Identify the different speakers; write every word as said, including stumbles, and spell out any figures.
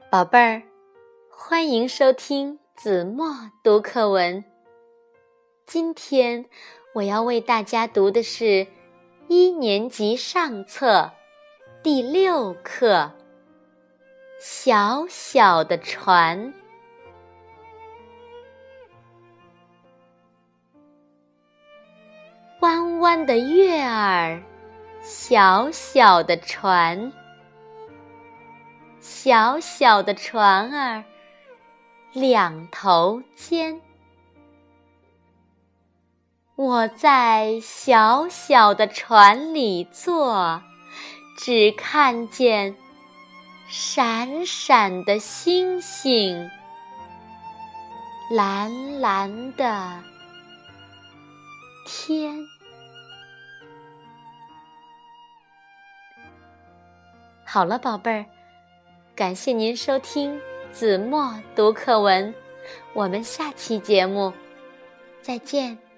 Speaker 1: 宝贝儿，欢迎收听子墨读课文。今天我要为大家读的是一年级上册第六课《小小的船》。弯弯的月儿，小小的船，小小的船儿两头尖。我在小小的船里坐，只看见闪闪的星星，蓝蓝的天。好了，宝贝儿，感谢您收听子墨读课文，我们下期节目再见。